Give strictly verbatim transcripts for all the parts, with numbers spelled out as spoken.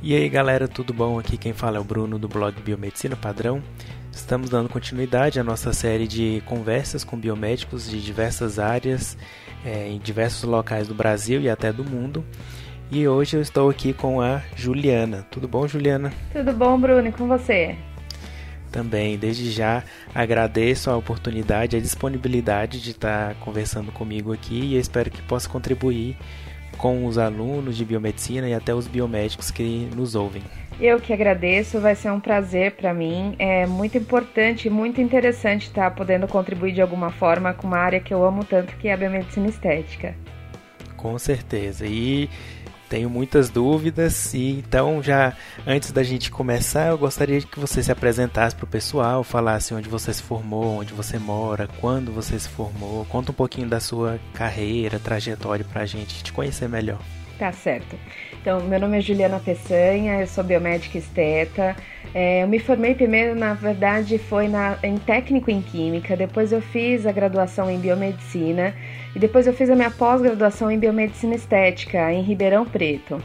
E aí galera, tudo bom? Aqui quem fala é o Bruno do blog Biomedicina Padrão. Estamos dando continuidade à nossa série de conversas com biomédicos de diversas áreas, é, em diversos locais do Brasil e até do mundo. E hoje eu estou aqui com a Juliana. Tudo bom, Juliana? Tudo bom, Bruno, e com você? Também, desde já, agradeço a oportunidade, a disponibilidade de estar conversando comigo aqui e eu espero que possa contribuir com os alunos de biomedicina e até os biomédicos que nos ouvem. Eu que agradeço, vai ser um prazer para mim. É muito importante e muito interessante estar podendo contribuir de alguma forma com uma área que eu amo tanto, que é a biomedicina estética. Com certeza. E tenho muitas dúvidas, e então já antes da gente começar, eu gostaria que você se apresentasse para o pessoal, falasse onde você se formou, onde você mora, quando você se formou, conta um pouquinho da sua carreira, trajetória para a gente te conhecer melhor. Tá certo. Então, meu nome é Juliana Peçanha, eu sou biomédica esteta. É, eu me formei primeiro, na verdade, foi na, em técnico em química, depois eu fiz a graduação em biomedicina e depois eu fiz a minha pós-graduação em biomedicina estética em Ribeirão Preto.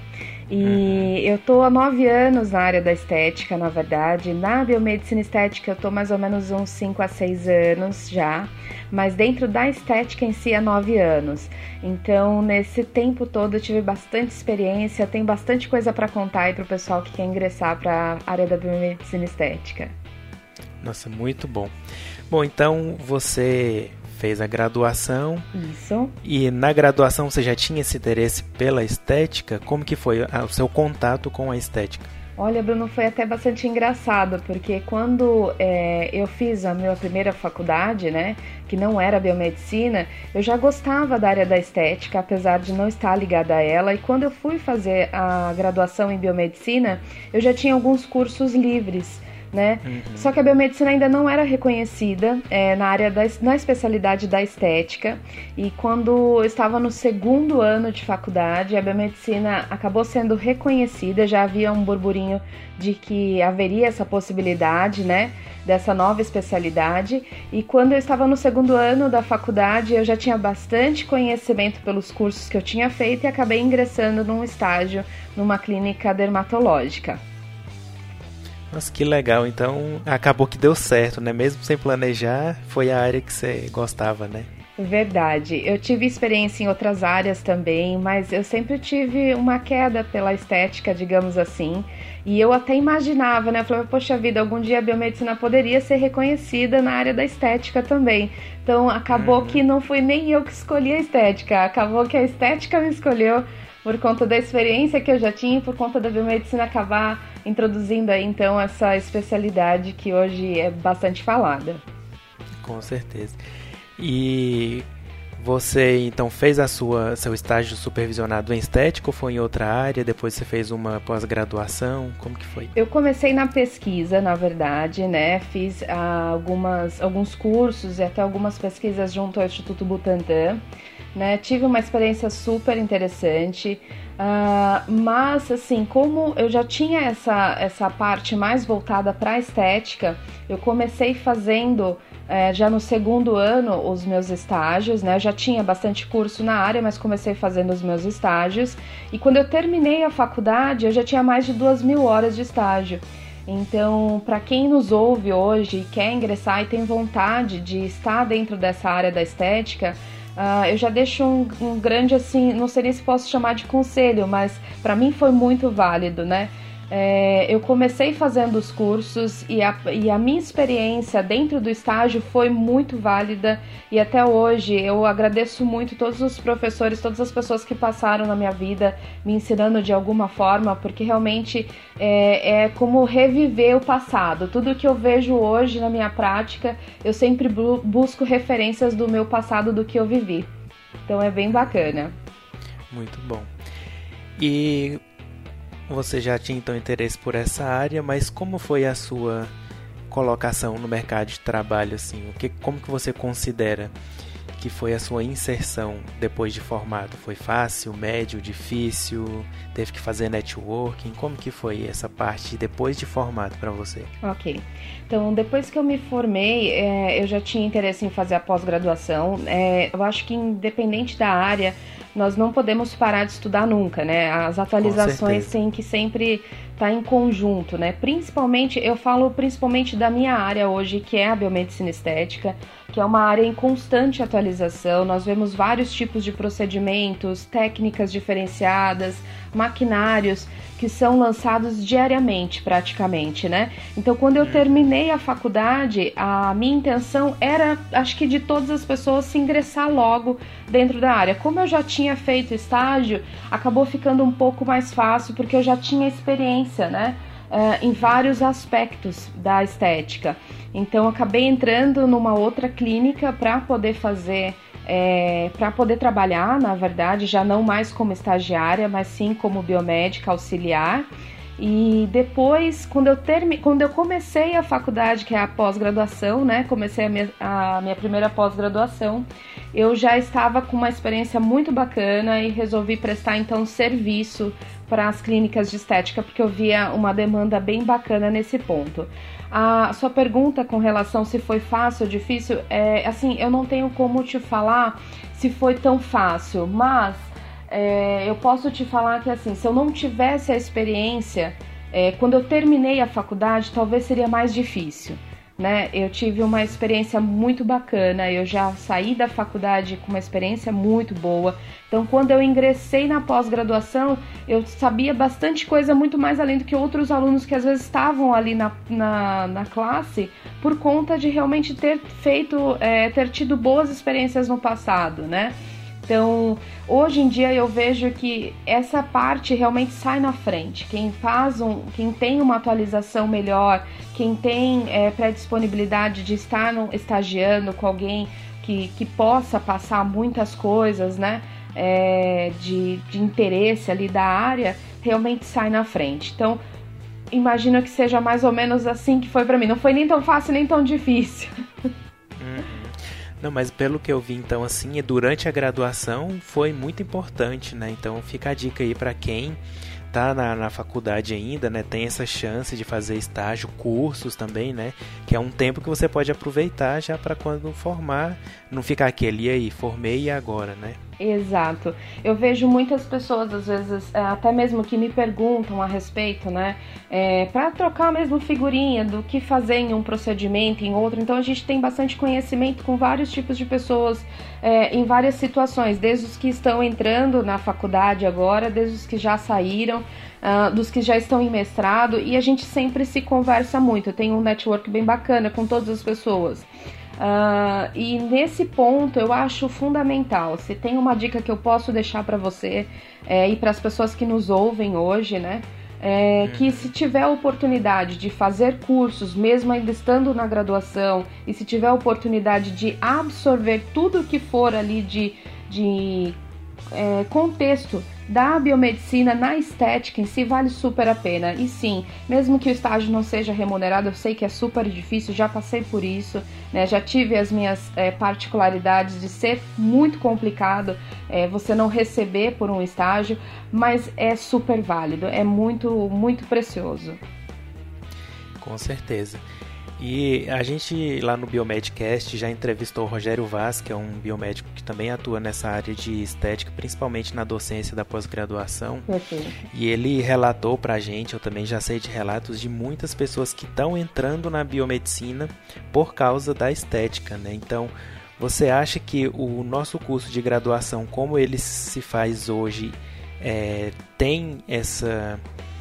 E eu tô há nove anos na área da estética, na verdade. Na biomedicina estética eu tô mais ou menos uns cinco a seis anos já, mas dentro da estética em si há nove anos. Então, nesse tempo todo eu tive bastante experiência, tem bastante coisa para contar aí pro pessoal que quer ingressar para a área da biomedicina estética. Nossa, muito bom. Bom, então você fez a graduação. Isso. E na graduação você já tinha esse interesse pela estética? Como que foi o seu contato com a estética? Olha, Bruno, foi até bastante engraçado, porque quando é, eu fiz a minha primeira faculdade, né, que não era biomedicina, eu já gostava da área da estética, apesar de não estar ligada a ela, e quando eu fui fazer a graduação em biomedicina, eu já tinha alguns cursos livres, né? Uhum. Só que a biomedicina ainda não era reconhecida é, na área da, na especialidade da estética, e quando eu estava no segundo ano de faculdade, a biomedicina acabou sendo reconhecida, já havia um burburinho de que haveria essa possibilidade, né, dessa nova especialidade, e quando eu estava no segundo ano da faculdade, eu já tinha bastante conhecimento pelos cursos que eu tinha feito e acabei ingressando num estágio numa clínica dermatológica. Nossa, que legal. Então, acabou que deu certo, né? Mesmo sem planejar, foi a área que você gostava, né? Verdade. Eu tive experiência em outras áreas também, mas eu sempre tive uma queda pela estética, digamos assim. E eu até imaginava, né? Eu falei, poxa vida, algum dia a biomedicina poderia ser reconhecida na área da estética também. Então, acabou uhum. que não fui nem eu que escolhi a estética. Acabou que a estética me escolheu por conta da experiência que eu já tinha, por conta da biomedicina acabar introduzindo aí então essa especialidade que hoje é bastante falada. Com certeza. E você então fez a sua seu estágio supervisionado em estética ou foi em outra área? Depois você fez uma pós-graduação? Como que foi? Eu comecei na pesquisa, na verdade, né? Fiz ah, algumas, alguns cursos e até algumas pesquisas junto ao Instituto Butantan. Né, tive uma experiência super interessante, uh, mas assim, como eu já tinha essa, essa parte mais voltada para a estética, eu comecei fazendo uh, já no segundo ano os meus estágios, né, eu já tinha bastante curso na área, mas comecei fazendo os meus estágios, e quando eu terminei a faculdade, eu já tinha mais de duas mil horas de estágio. Então, para quem nos ouve hoje e quer ingressar e tem vontade de estar dentro dessa área da estética, Uh, eu já deixo um, um grande, assim, não sei nem se posso chamar de conselho, mas para mim foi muito válido, né? É, eu comecei fazendo os cursos e a, e a minha experiência dentro do estágio foi muito válida e até hoje eu agradeço muito todos os professores, todas as pessoas que passaram na minha vida me ensinando de alguma forma, porque realmente é, é como reviver o passado. Tudo que eu vejo hoje na minha prática, eu sempre bu- busco referências do meu passado, do que eu vivi. Então é bem bacana. Muito bom. E você já tinha então interesse por essa área, mas como foi a sua colocação no mercado de trabalho, assim? O que, como que você considera que foi a sua inserção depois de formado? Foi fácil, médio, difícil? Teve que fazer networking? Como que foi essa parte depois de formado para você? Ok. Então, depois que eu me formei, é, eu já tinha interesse em fazer a pós-graduação. É, eu acho que independente da área, nós não podemos parar de estudar nunca, né? As atualizações têm que sempre tá em conjunto, né? Principalmente, eu falo principalmente da minha área hoje, que é a biomedicina estética, que é uma área em constante atualização. Nós vemos vários tipos de procedimentos, técnicas diferenciadas, maquinários que são lançados diariamente, praticamente, né? Então, quando eu terminei a faculdade, a minha intenção era, acho que de todas as pessoas, se ingressar logo dentro da área. Como eu já tinha feito estágio, acabou ficando um pouco mais fácil, porque eu já tinha experiência, né? Uh, em vários aspectos da estética. Então, acabei entrando numa outra clínica para poder fazer, é, para poder trabalhar, na verdade, já não mais como estagiária, mas sim como biomédica auxiliar. E depois, quando eu, termi... quando eu comecei a faculdade, que é a pós-graduação, né? Comecei a minha, a minha primeira pós-graduação, eu já estava com uma experiência muito bacana e resolvi prestar, então, serviço para as clínicas de estética, porque eu via uma demanda bem bacana nesse ponto. A sua pergunta com relação se foi fácil ou difícil, é, assim, eu não tenho como te falar se foi tão fácil, mas é, eu posso te falar que, assim, se eu não tivesse a experiência, é, quando eu terminei a faculdade, talvez seria mais difícil, né? Eu tive uma experiência muito bacana, eu já saí da faculdade com uma experiência muito boa. Então, quando eu ingressei na pós-graduação, eu sabia bastante coisa, muito mais além do que outros alunos que às vezes estavam ali na, na, na classe, por conta de realmente ter feito, é, ter tido boas experiências no passado, né? Então, hoje em dia eu vejo que essa parte realmente sai na frente. Quem faz um, quem tem uma atualização melhor, quem tem é, pré-disponibilidade de estar no, estagiando com alguém que, que possa passar muitas coisas, né, é, de, de interesse ali da área, realmente sai na frente. Então, imagino que seja mais ou menos assim que foi pra mim. Não foi nem tão fácil, nem tão difícil. Uhum. Não, mas pelo que eu vi, então, assim, durante a graduação foi muito importante, né? Então fica a dica aí para quem tá na, na faculdade ainda, né? Tem essa chance de fazer estágio, cursos também, né? Que é um tempo que você pode aproveitar já para quando formar, não ficar aquele, e aí, formei e agora, né? Exato. Eu vejo muitas pessoas, às vezes, até mesmo que me perguntam a respeito, né? É, para trocar mesmo figurinha do que fazer em um procedimento, em outro. Então, a gente tem bastante conhecimento com vários tipos de pessoas é, em várias situações, desde os que estão entrando na faculdade agora, desde os que já saíram, uh, dos que já estão em mestrado, e a gente sempre se conversa muito. Eu tenho um network bem bacana com todas as pessoas. Uh, e nesse ponto eu acho fundamental. Se tem uma dica que eu posso deixar para você é, e para as pessoas que nos ouvem hoje, né, é, que se tiver a oportunidade de fazer cursos, mesmo ainda estando na graduação, e se tiver a oportunidade de absorver tudo que for ali de, de é, contexto da biomedicina na estética em si, vale super a pena. E sim, mesmo que o estágio não seja remunerado, eu sei que é super difícil, já passei por isso, né? Já tive as minhas é, particularidades de ser muito complicado é, você não receber por um estágio, mas é super válido, é muito, muito precioso. Com certeza. E a gente lá no Biomedcast já entrevistou o Rogério Vaz, que é um biomédico que também atua nessa área de estética, principalmente na docência da pós-graduação. Perfeito. E ele relatou pra gente, eu também já sei de relatos de muitas pessoas que estão entrando na biomedicina por causa da estética, né? Então, você acha que o nosso curso de graduação, como ele se faz hoje, é, tem essa...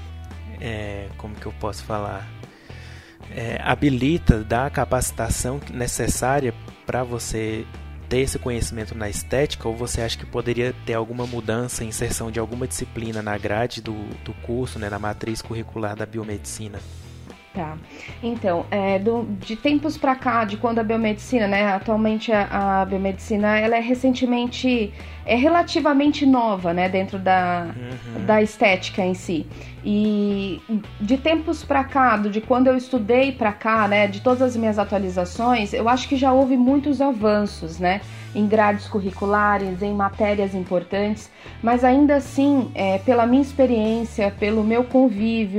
É, como que eu posso falar? É, habilita, dá a capacitação necessária para você ter esse conhecimento na estética, ou você acha que poderia ter alguma mudança, inserção de alguma disciplina na grade do, do curso, né, na matriz curricular da biomedicina? Tá, então, é, do, de tempos para cá, de quando a biomedicina, né, atualmente a, a biomedicina, ela é recentemente, é relativamente nova, né, dentro da, uhum. da estética em si, e de tempos para cá, de quando eu estudei para cá, né, de todas as minhas atualizações, eu acho que já houve muitos avanços, né, em grades curriculares, em matérias importantes, mas ainda assim, é, pela minha experiência, pelo meu convívio,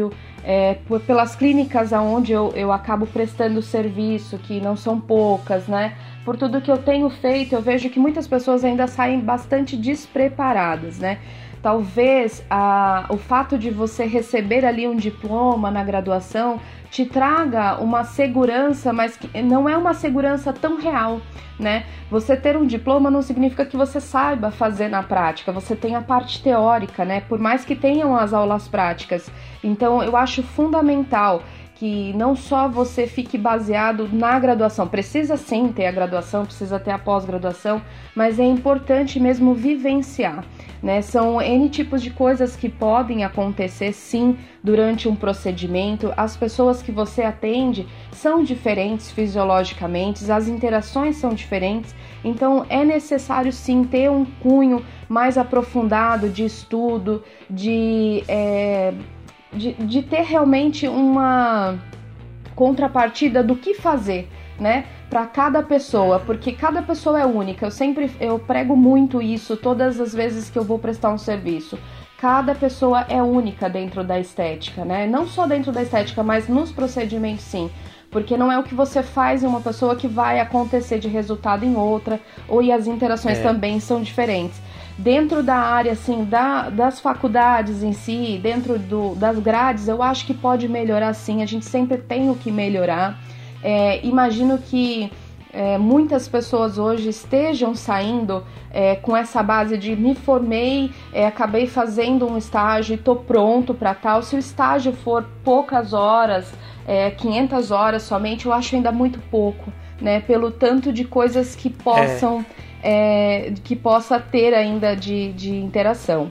é, por, pelas clínicas aonde eu, eu acabo prestando serviço, que não são poucas, né? Por tudo que eu tenho feito, eu vejo que muitas pessoas ainda saem bastante despreparadas, né? Talvez a, o fato de você receber ali um diploma na graduação te traga uma segurança, mas que não é uma segurança tão real, né? Você ter um diploma não significa que você saiba fazer na prática, você tem a parte teórica, né? Por mais que tenham as aulas práticas. Então, eu acho fundamental que não só você fique baseado na graduação, precisa sim ter a graduação, precisa ter a pós-graduação, mas é importante mesmo vivenciar, né? São N tipos de coisas que podem acontecer sim durante um procedimento, as pessoas que você atende são diferentes fisiologicamente, as interações são diferentes, então é necessário sim ter um cunho mais aprofundado de estudo, de... É, De, de ter realmente uma contrapartida do que fazer, né, para cada pessoa, porque cada pessoa é única. Eu sempre eu prego muito isso todas as vezes que eu vou prestar um serviço. Cada pessoa é única dentro da estética, né? Não só dentro da estética, mas nos procedimentos sim. Porque não é o que você faz em uma pessoa que vai acontecer de resultado em outra, ou e as interações é. também são diferentes. Dentro da área, assim, da, das faculdades em si, dentro do, das grades, eu acho que pode melhorar sim, a gente sempre tem o que melhorar. É, imagino que é, muitas pessoas hoje estejam saindo é, com essa base de me formei, é, acabei fazendo um estágio e tô pronto para tal. Se o estágio for poucas horas, é, quinhentas horas somente, eu acho ainda muito pouco, né? Pelo tanto de coisas que possam... É. É, que possa ter ainda de, de interação.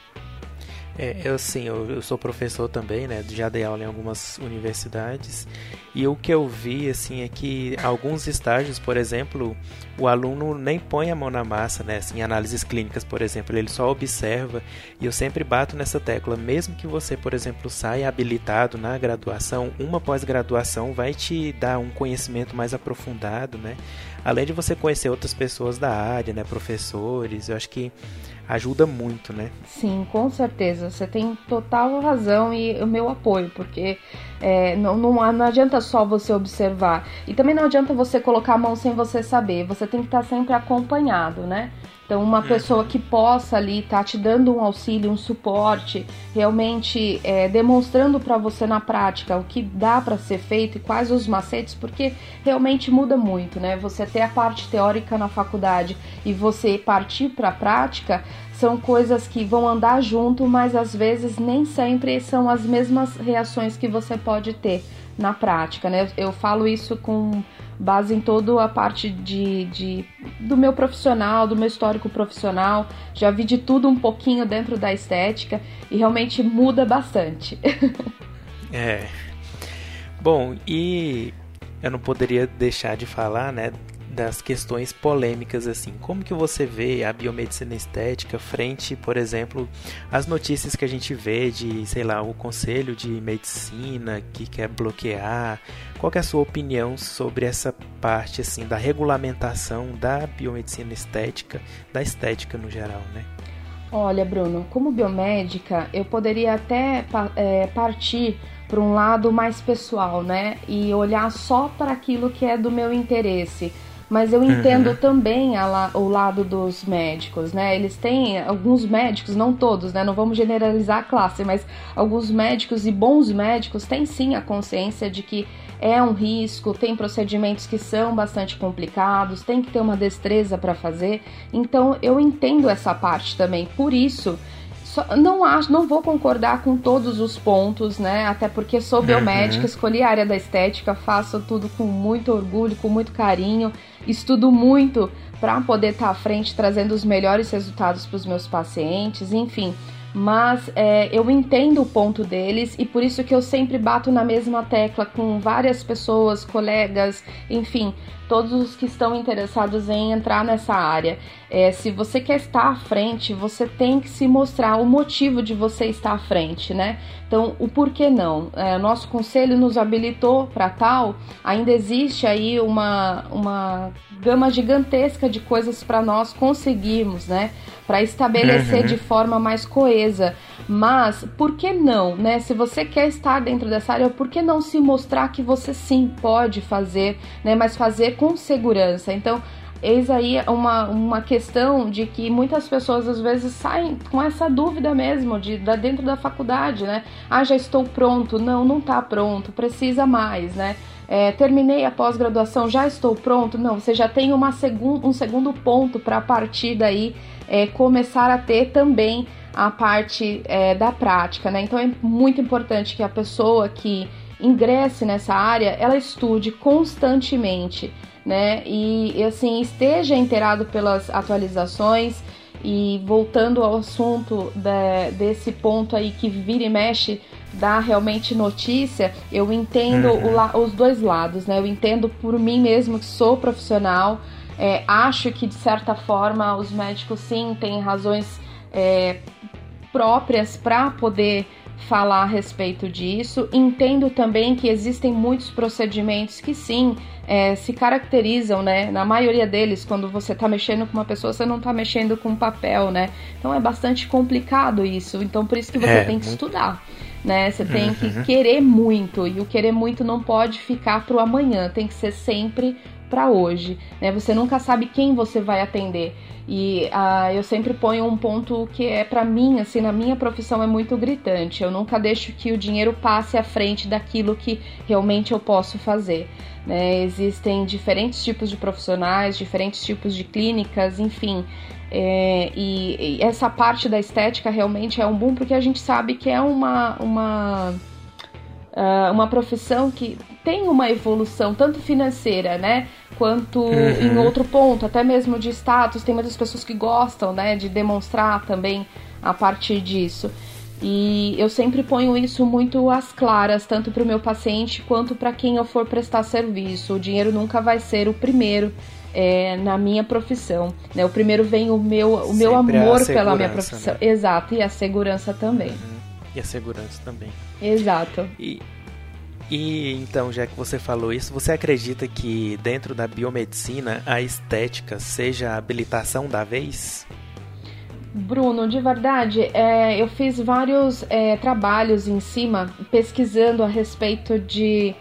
É, eu sim, eu, eu sou professor também, né? Já dei aula em algumas universidades e o que eu vi assim é que alguns estágios, por exemplo, o aluno nem põe a mão na massa, né? Assim, em análises clínicas, por exemplo, ele só observa, e eu sempre bato nessa tecla, mesmo que você, por exemplo, saia habilitado na graduação, uma pós-graduação vai te dar um conhecimento mais aprofundado, né? Além de você conhecer outras pessoas da área, né? Professores, eu acho que ajuda muito, né? Sim, com certeza. Você tem total razão e o meu apoio, porque é, não, não, não adianta só você observar. E também não adianta você colocar a mão sem você saber. Você tem que estar sempre acompanhado, né? Então, uma pessoa que possa ali estar te dando um auxílio, um suporte, realmente é, demonstrando para você na prática o que dá para ser feito e quais os macetes, porque realmente muda muito, né? Você ter a parte teórica na faculdade e você partir para a prática são coisas que vão andar junto, mas às vezes nem sempre são as mesmas reações que você pode ter na prática, né? Eu falo isso com base em toda a parte de, de, do meu profissional, do meu histórico profissional. Já vi de tudo um pouquinho dentro da estética e realmente muda bastante. É. Bom, e eu não poderia deixar de falar, né, das questões polêmicas, assim. Como que você vê a biomedicina estética frente, por exemplo, às notícias que a gente vê de, sei lá, o Conselho de Medicina que quer bloquear? Qual que é a sua opinião sobre essa parte, assim, da regulamentação da biomedicina estética, da estética no geral, né? Olha, Bruno, como biomédica, eu poderia até é, partir para um lado mais pessoal, né? E olhar só para aquilo que é do meu interesse. Mas eu entendo uhum. também a la, o lado dos médicos, né? Eles têm, alguns médicos, não todos, né? Não vamos generalizar a classe, mas alguns médicos e bons médicos têm sim a consciência de que é um risco, tem procedimentos que são bastante complicados, tem que ter uma destreza para fazer. Então eu entendo essa parte também. Por isso, só, não acho, não vou concordar com todos os pontos, né? Até porque sou biomédica, uhum. escolhi a área da estética, faço tudo com muito orgulho, com muito carinho. Estudo muito para poder estar à frente trazendo os melhores resultados para os meus pacientes, enfim. Mas é, eu entendo o ponto deles e por isso que eu sempre bato na mesma tecla com várias pessoas, colegas, enfim, todos os que estão interessados em entrar nessa área. É, se você quer estar à frente, você tem que se mostrar o motivo de você estar à frente, né? Então, o porquê não? É, nosso conselho nos habilitou para tal, ainda existe aí uma, uma gama gigantesca de coisas para nós conseguirmos, né? Para estabelecer uhum. de forma mais coesa. Mas, por que não, né? Se você quer estar dentro dessa área, por que não se mostrar que você sim pode fazer, né? Mas fazer com segurança. Então, eis aí uma, uma questão de que muitas pessoas às vezes saem com essa dúvida mesmo, de, de dentro da faculdade, né? Ah, já estou pronto. Não, não está pronto, precisa mais, né? É, terminei a pós-graduação, já estou pronto? Não, você já tem uma segun, um segundo ponto para a partir daí é, começar a ter também a parte é, da prática, né? Então é muito importante que a pessoa que ingresse nessa área, ela estude constantemente, né? E, e assim, esteja inteirado pelas atualizações. E voltando ao assunto de, desse ponto aí que vira e mexe, dá realmente notícia, eu entendo uhum. o, os dois lados, né? Eu entendo por mim mesmo que sou profissional, é, acho que de certa forma os médicos sim têm razões é, próprias para poder falar a respeito disso. Entendo também que existem muitos procedimentos que sim é, se caracterizam, né? Na maioria deles, quando você está mexendo com uma pessoa, você não está mexendo com papel, né? Então é bastante complicado isso. Então por isso que você é, tem que muito... estudar, né? Você tem uhum. que querer muito, e o querer muito não pode ficar para o amanhã, tem que ser sempre para hoje, né? Você nunca sabe quem você vai atender. E uh, eu sempre ponho um ponto que é para mim, assim, na minha profissão é muito gritante. Eu nunca deixo que o dinheiro passe à frente daquilo que realmente eu posso fazer, né? Existem diferentes tipos de profissionais, diferentes tipos de clínicas, enfim. É, e, e essa parte da estética realmente é um boom, porque a gente sabe que é uma... uma uh, uma profissão que tem uma evolução tanto financeira, né, quanto uhum. em outro ponto, até mesmo de status. Tem muitas pessoas que gostam, né, de demonstrar também a partir disso. E eu sempre ponho isso muito às claras, tanto para o meu paciente quanto para quem eu for prestar serviço. O dinheiro nunca vai ser o primeiro é, na minha profissão, né? O primeiro vem o meu, o meu amor pela minha profissão. Né? Exato, e a segurança também. Uhum. E a segurança também. Exato. E, e então, já que você falou isso, você acredita que dentro da biomedicina a estética seja a habilitação da vez? Bruno, de verdade, é, eu fiz vários é, trabalhos em cima, pesquisando a respeito de,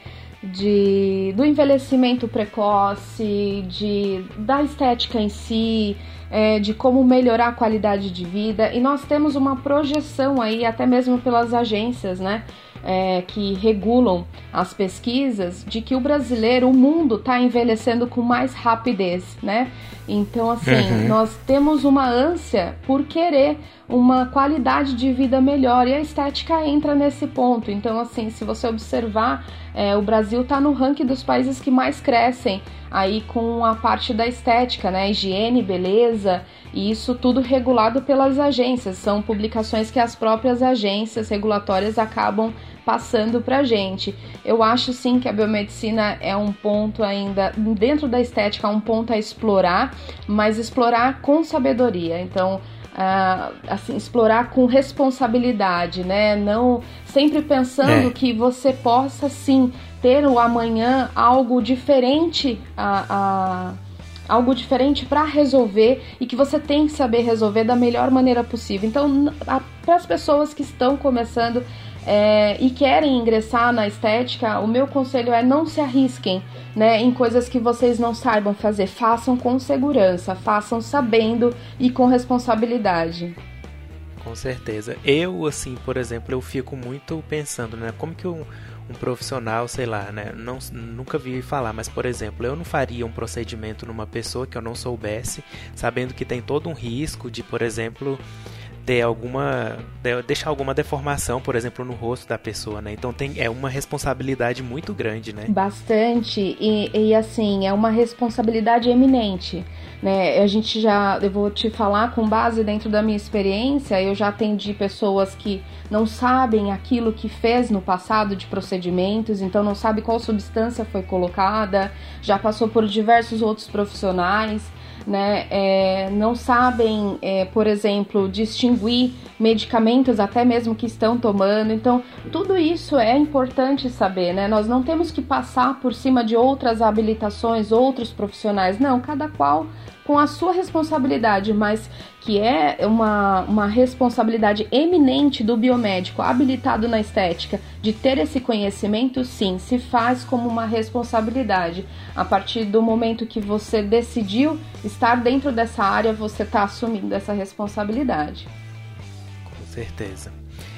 de, do envelhecimento precoce, de, da estética em si, é, de como melhorar a qualidade de vida. E nós temos uma projeção aí, até mesmo pelas agências, né? É, que regulam as pesquisas, de que o brasileiro, o mundo está envelhecendo com mais rapidez, né? Então, assim, uhum. nós temos uma ânsia por querer uma qualidade de vida melhor, e a estética entra nesse ponto. Então, assim, se você observar, é, o Brasil está no ranking dos países que mais crescem aí com a parte da estética, né? Higiene, beleza, e isso tudo regulado pelas agências. São publicações que as próprias agências regulatórias acabam passando pra gente. Eu acho sim que a biomedicina é um ponto ainda, dentro da estética, um ponto a explorar, mas explorar com sabedoria. Então, uh, assim, explorar com responsabilidade, né? Não sempre pensando é. que você possa sim ter o amanhã algo diferente a, a algo diferente para resolver, e que você tem que saber resolver da melhor maneira possível. Então, para as pessoas que estão começando é, e querem ingressar na estética, o meu conselho é: não se arrisquem, né, em coisas que vocês não saibam fazer. Façam com segurança, façam sabendo e com responsabilidade. Com certeza. Eu, assim, por exemplo, eu fico muito pensando, né, como que um, um profissional, sei lá, né, não, nunca vi falar, mas, por exemplo, eu não faria um procedimento numa pessoa que eu não soubesse, sabendo que tem todo um risco de, por exemplo, ter alguma, deixar alguma deformação, por exemplo, no rosto da pessoa, né? Então tem, é uma responsabilidade muito grande, né? Bastante, e, e assim, é uma responsabilidade eminente, né? A gente já, eu vou te falar com base dentro da minha experiência, eu já atendi pessoas que não sabem aquilo que fez no passado de procedimentos, então não sabe qual substância foi colocada, já passou por diversos outros profissionais, né, é, não sabem, é, por exemplo, distinguir medicamentos até mesmo que estão tomando. Então, tudo isso é importante saber, né? Nós não temos que passar por cima de outras habilitações, outros profissionais, não, cada qual com a sua responsabilidade, mas que é uma, uma responsabilidade eminente do biomédico habilitado na estética, de ter esse conhecimento, sim, se faz como uma responsabilidade. A partir do momento que você decidiu estar dentro dessa área, você está assumindo essa responsabilidade. Com certeza.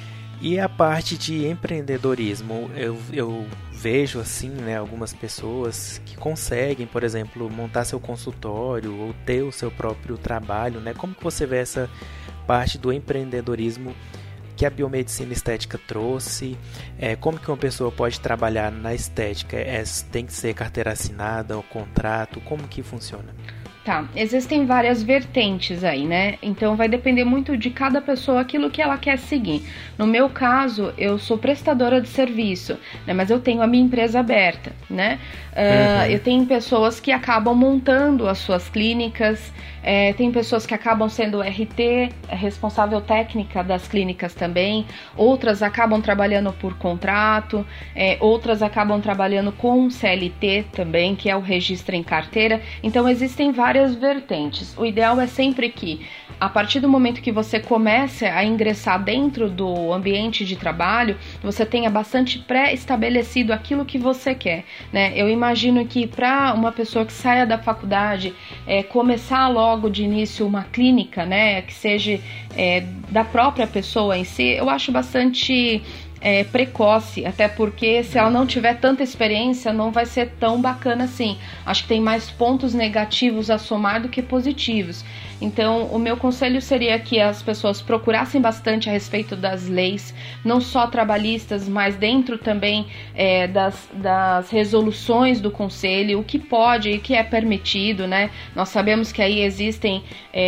E a parte de empreendedorismo, eu, eu vejo assim, né, algumas pessoas que conseguem, por exemplo, montar seu consultório ou ter o seu próprio trabalho, né? Como que você vê essa parte do empreendedorismo que a biomedicina estética trouxe? É, como que uma pessoa pode trabalhar na estética? É, tem que ser carteira assinada ou contrato? Como que funciona? Tá, existem várias vertentes aí, né? Então vai depender muito de cada pessoa aquilo que ela quer seguir. No meu caso, eu sou prestadora de serviço, né? Mas eu tenho a minha empresa aberta, né? Uh, uhum. Eu tenho pessoas que acabam montando as suas clínicas, é, tem pessoas que acabam sendo R T, responsável técnica das clínicas também, outras acabam trabalhando por contrato, é, outras acabam trabalhando com C L T também, que é o registro em carteira. Então existem várias vertentes. O ideal é sempre que, a partir do momento que você comece a ingressar dentro do ambiente de trabalho, você tenha bastante pré-estabelecido aquilo que você quer, né? Eu imagino que para uma pessoa que saia da faculdade, é, começar logo de início uma clínica, né, que seja é, da própria pessoa em si, eu acho bastante É, precoce, até porque se ela não tiver tanta experiência, não vai ser tão bacana assim. Acho que tem mais pontos negativos a somar do que positivos. Então, o meu conselho seria que as pessoas procurassem bastante a respeito das leis, não só trabalhistas, mas dentro também é, das, das resoluções do conselho, o que pode e o que é permitido, né? Nós sabemos que aí existem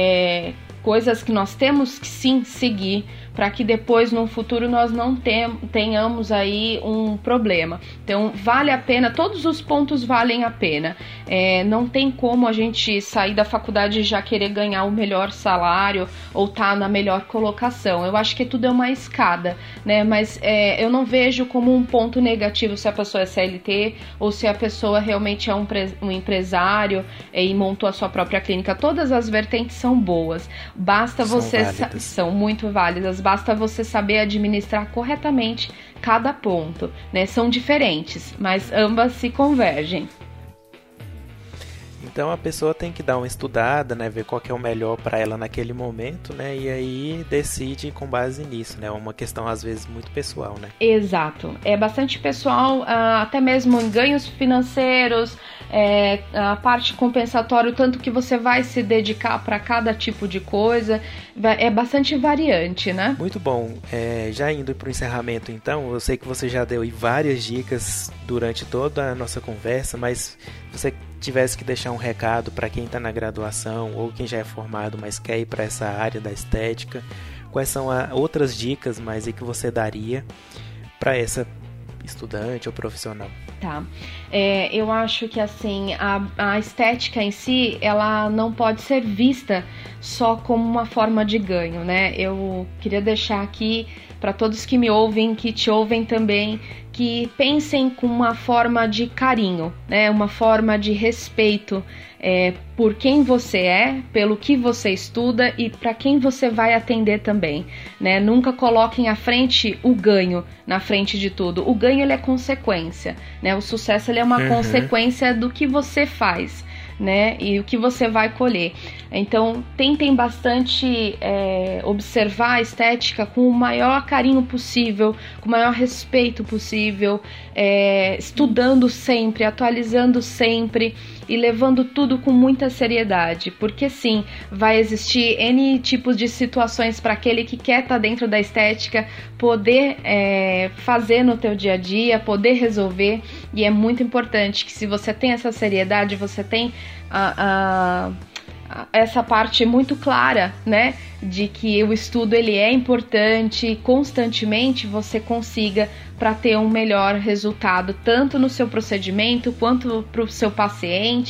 é, coisas que nós temos que sim seguir, para que depois, no futuro, nós não tem, tenhamos aí um problema. Então, vale a pena, todos os pontos valem a pena. É, não tem como a gente sair da faculdade e já querer ganhar o melhor salário ou estar tá na melhor colocação. Eu acho que tudo é uma escada, né? Mas é, eu não vejo como um ponto negativo se a pessoa é C L T ou se a pessoa realmente é um, um empresário e montou a sua própria clínica. Todas as vertentes são boas. Basta são você... válidas. São muito válidas. Basta você saber administrar corretamente cada ponto, né? São diferentes, mas ambas se convergem. Então a pessoa tem que dar uma estudada, né, ver qual que é o melhor para ela naquele momento, né, e aí decide com base nisso, né, uma questão às vezes muito pessoal, né. Exato, é bastante pessoal, até mesmo em ganhos financeiros, é, a parte compensatória, o tanto que você vai se dedicar para cada tipo de coisa, é bastante variante, né. Muito bom, é, já indo para o encerramento então, eu sei que você já deu aí várias dicas durante toda a nossa conversa, mas você tivesse que deixar um recado para quem está na graduação ou quem já é formado, mas quer ir para essa área da estética, quais são as outras dicas mais aí que você daria para essa estudante ou profissional? Tá, é, eu acho que assim, a, a estética em si, ela não pode ser vista só como uma forma de ganho, né? Eu queria deixar aqui para todos que me ouvem, que te ouvem também, que pensem com uma forma de carinho, né? Uma forma de respeito é, por quem você é, pelo que você estuda e para quem você vai atender também, né? Nunca coloquem à frente o ganho, na frente de tudo. O ganho ele é consequência, né? O sucesso ele é uma uhum. consequência do que você faz, né? E o que você vai colher. Então, tentem bastante é, observar a estética com o maior carinho possível, com o maior respeito possível, é, estudando sempre, atualizando sempre e levando tudo com muita seriedade, porque sim, vai existir N tipos de situações para aquele que quer estar dentro da estética poder é, fazer no teu dia a dia, poder resolver, e é muito importante que se você tem essa seriedade, você tem a, a, a, essa parte muito clara, né, de que o estudo ele é importante, constantemente você consiga para ter um melhor resultado, tanto no seu procedimento quanto para o seu paciente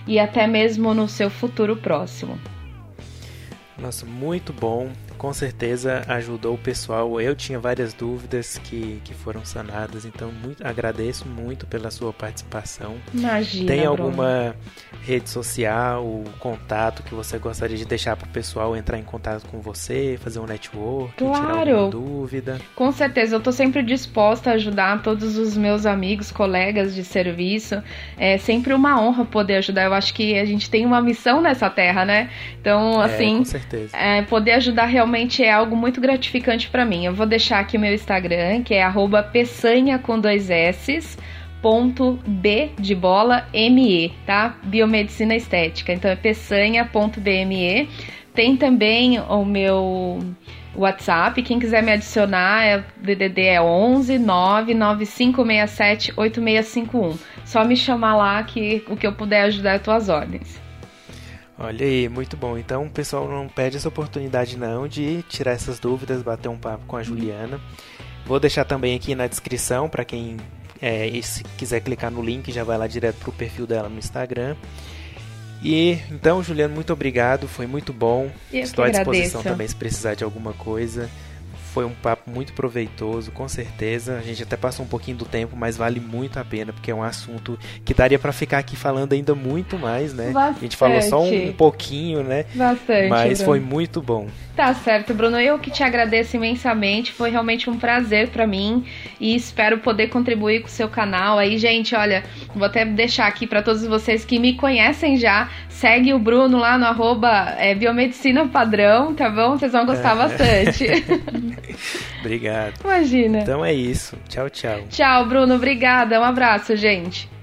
e até mesmo no seu futuro próximo. Nossa, muito bom. Com certeza ajudou o pessoal. Eu tinha várias dúvidas que, que foram sanadas, então muito, agradeço muito pela sua participação. Imagina, Tem Bruno. alguma rede social, contato que você gostaria de deixar para o pessoal entrar em contato com você, fazer um network, Claro. tirar alguma dúvida? Com certeza, eu estou sempre disposta a ajudar todos os meus amigos, colegas de serviço. É sempre uma honra poder ajudar. Eu acho que a gente tem uma missão nessa terra, né? Então, assim, é, com certeza. É, poder ajudar realmente é algo muito gratificante para mim. Eu vou deixar aqui o meu Instagram, que é arroba peçanha com dois S, ponto B de bola, M E, tá? Biomedicina Estética. Então é peçanha ponto B M E. Tem também o meu WhatsApp, quem quiser me adicionar, é, o D D D é onze nove nove cinco seis sete oito seis cinco um. Só me chamar lá que o que eu puder ajudar é tuas ordens. Olha aí, muito bom. Então, o pessoal não perde essa oportunidade não de tirar essas dúvidas, bater um papo com a Juliana. Vou deixar também aqui na descrição para quem é, se quiser clicar no link, já vai lá direto pro perfil dela no Instagram. E então, Juliana, muito obrigado, foi muito bom. Eu Estou que à disposição agradeço. também se precisar de alguma coisa. Foi um papo muito proveitoso, com certeza. A gente até passou um pouquinho do tempo, mas vale muito a pena, porque é um assunto que daria para ficar aqui falando ainda muito mais, né? Bastante. A gente falou só um, um pouquinho, né? Bastante, Mas Bruno. foi muito bom. Tá certo, Bruno. Eu que te agradeço imensamente. Foi realmente um prazer pra mim e espero poder contribuir com o seu canal. Aí, gente, olha, vou até deixar aqui pra todos vocês que me conhecem já. Segue o Bruno lá no arroba é, Biomedicina Padrão, tá bom? Vocês vão gostar bastante. Obrigado. Imagina. Então é isso. Tchau, tchau. Tchau, Bruno. Obrigada. Um abraço, gente.